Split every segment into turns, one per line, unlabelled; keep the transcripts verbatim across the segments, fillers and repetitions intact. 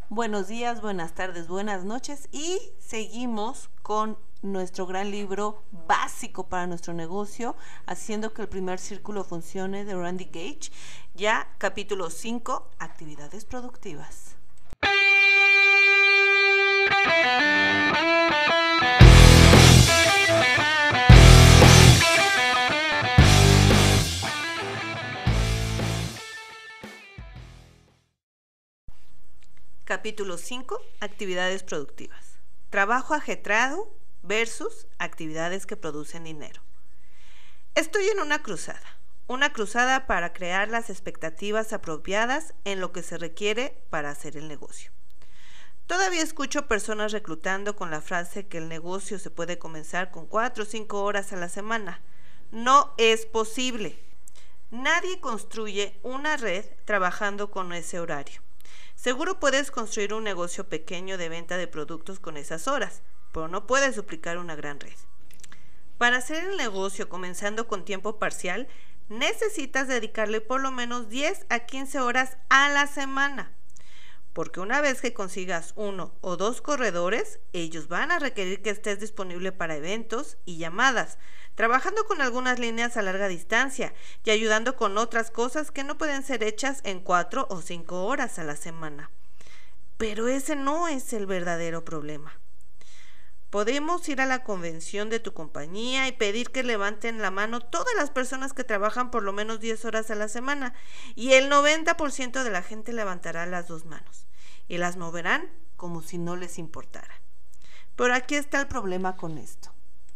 Buenos días, buenas tardes, buenas noches y seguimos con nuestro gran libro básico para nuestro negocio, haciendo que el primer círculo funcione, de Randy Gage, ya capítulo cinco, actividades productivas. Capítulo cinco, actividades productivas. Trabajo ajetreado versus actividades que producen dinero. Estoy en una cruzada, una cruzada para crear las expectativas apropiadas en lo que se requiere para hacer el negocio. Todavía escucho personas reclutando con la frase que el negocio se puede comenzar con cuatro o cinco horas a la semana. No es posible. Nadie construye una red trabajando con ese horario. Seguro puedes construir un negocio pequeño de venta de productos con esas horas, pero no puedes duplicar una gran red. Para hacer el negocio comenzando con tiempo parcial, necesitas dedicarle por lo menos diez a quince horas a la semana. Porque una vez que consigas uno o dos corredores, ellos van a requerir que estés disponible para eventos y llamadas, trabajando con algunas líneas a larga distancia y ayudando con otras cosas que no pueden ser hechas en cuatro o cinco horas a la semana. Pero ese no es el verdadero problema. Podemos ir a la convención de tu compañía y pedir que levanten la mano todas las personas que trabajan por lo menos diez horas a la semana, y el noventa por ciento de la gente levantará las dos manos y las moverán como si no les importara. Pero aquí está el problema con esto.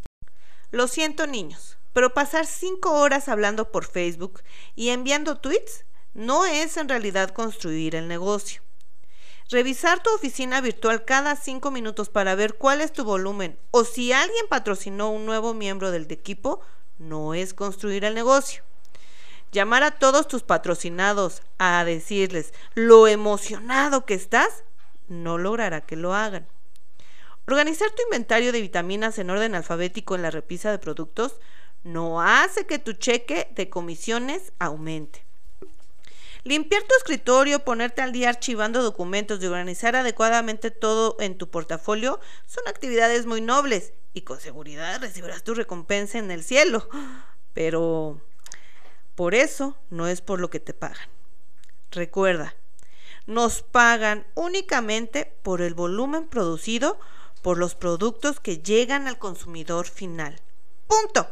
Lo siento, niños, pero pasar cinco horas hablando por Facebook y enviando tweets no es en realidad construir el negocio. Revisar tu oficina virtual cada cinco minutos para ver cuál es tu volumen o si alguien patrocinó un nuevo miembro del equipo no es construir el negocio. Llamar a todos tus patrocinados a decirles lo emocionado que estás no logrará que lo hagan. Organizar tu inventario de vitaminas en orden alfabético en la repisa de productos no hace que tu cheque de comisiones aumente. Limpiar tu escritorio, ponerte al día archivando documentos y organizar adecuadamente todo en tu portafolio son actividades muy nobles y con seguridad recibirás tu recompensa en el cielo. Pero por eso no es por lo que te pagan. Recuerda, nos pagan únicamente por el volumen producido por los productos que llegan al consumidor final. ¡Punto!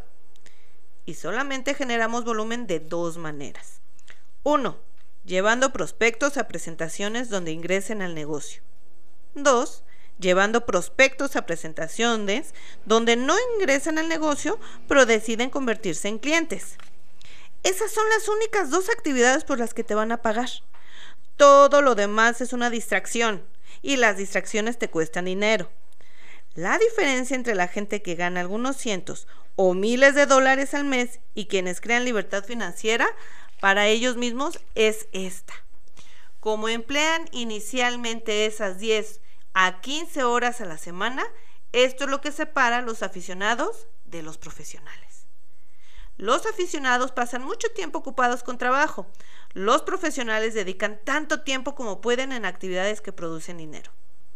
Y solamente generamos volumen de dos maneras. Uno, llevando prospectos a presentaciones donde ingresen al negocio. Dos, llevando prospectos a presentaciones donde no ingresan al negocio, pero deciden convertirse en clientes. Esas son las únicas dos actividades por las que te van a pagar. Todo lo demás es una distracción, y las distracciones te cuestan dinero. La diferencia entre la gente que gana algunos cientos o miles de dólares al mes y quienes crean libertad financiera para ellos mismos es esta. Como emplean inicialmente esas diez a quince horas a la semana, esto es lo que separa a los aficionados de los profesionales. Los aficionados pasan mucho tiempo ocupados con trabajo. Los profesionales dedican tanto tiempo como pueden en actividades que producen dinero.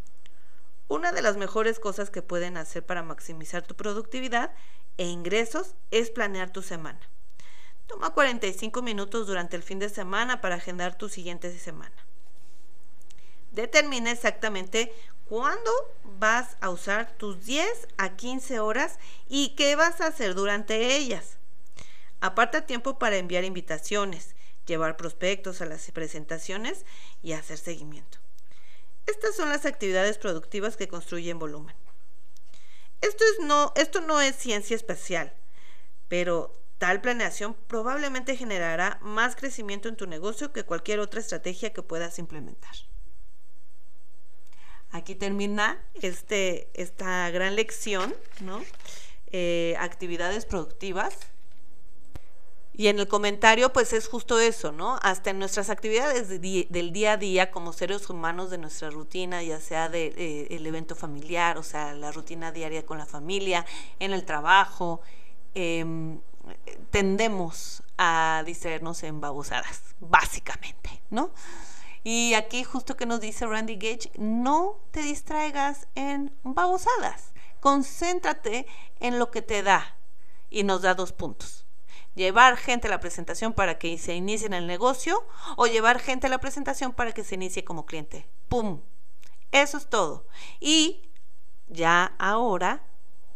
Una de las mejores cosas que pueden hacer para maximizar tu productividad e ingresos es planear tu semana. Toma cuarenta y cinco minutos durante el fin de semana para agendar tu siguiente semana. Determina exactamente cuándo vas a usar tus diez a quince horas y qué vas a hacer durante ellas. Aparta tiempo para enviar invitaciones, llevar prospectos a las presentaciones y hacer seguimiento. Estas son las actividades productivas que construyen volumen. Esto, es no, esto no es ciencia espacial, pero tal planeación probablemente generará más crecimiento en tu negocio que cualquier otra estrategia que puedas implementar. Aquí termina este, esta gran lección, ¿no? Eh, actividades productivas. Y en el comentario, pues es justo eso, ¿no? Hasta en nuestras actividades de di del día a día como seres humanos, de nuestra rutina, ya sea de, eh, el evento familiar, o sea, la rutina diaria con la familia, en el trabajo, eh, tendemos a distraernos en babosadas, básicamente, ¿no? Y aquí justo que nos dice Randy Gage, no te distraigas en babosadas, concéntrate en lo que te da. Y nos da dos puntos: llevar gente a la presentación para que se inicie en el negocio, o llevar gente a la presentación para que se inicie como cliente. ¡Pum! Eso es todo. Y ya ahora,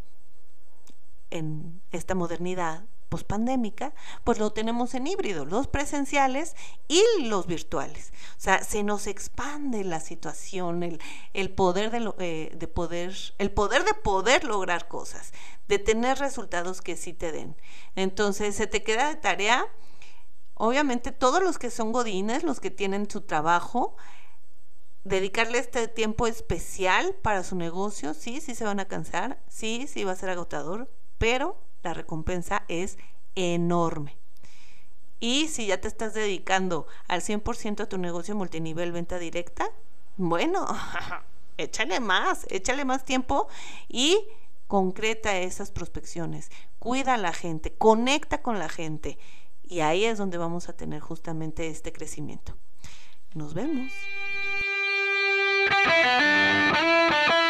en esta modernidad pospandémica, pues lo tenemos en híbrido, los presenciales y los virtuales. O sea, se nos expande la situación, el, el poder de, lo, eh, de poder, el poder de poder lograr cosas, de tener resultados que sí te den. Entonces, se te queda de tarea, obviamente, todos los que son godines, los que tienen su trabajo, dedicarle este tiempo especial para su negocio. Sí, sí se van a cansar, sí, sí va a ser agotador, pero la recompensa es enorme. Y si ya te estás dedicando al cien por ciento a tu negocio multinivel venta directa, bueno, échale más, échale más tiempo y concreta esas prospecciones. Cuida a la gente, conecta con la gente, y ahí es donde vamos a tener justamente este crecimiento. Nos vemos.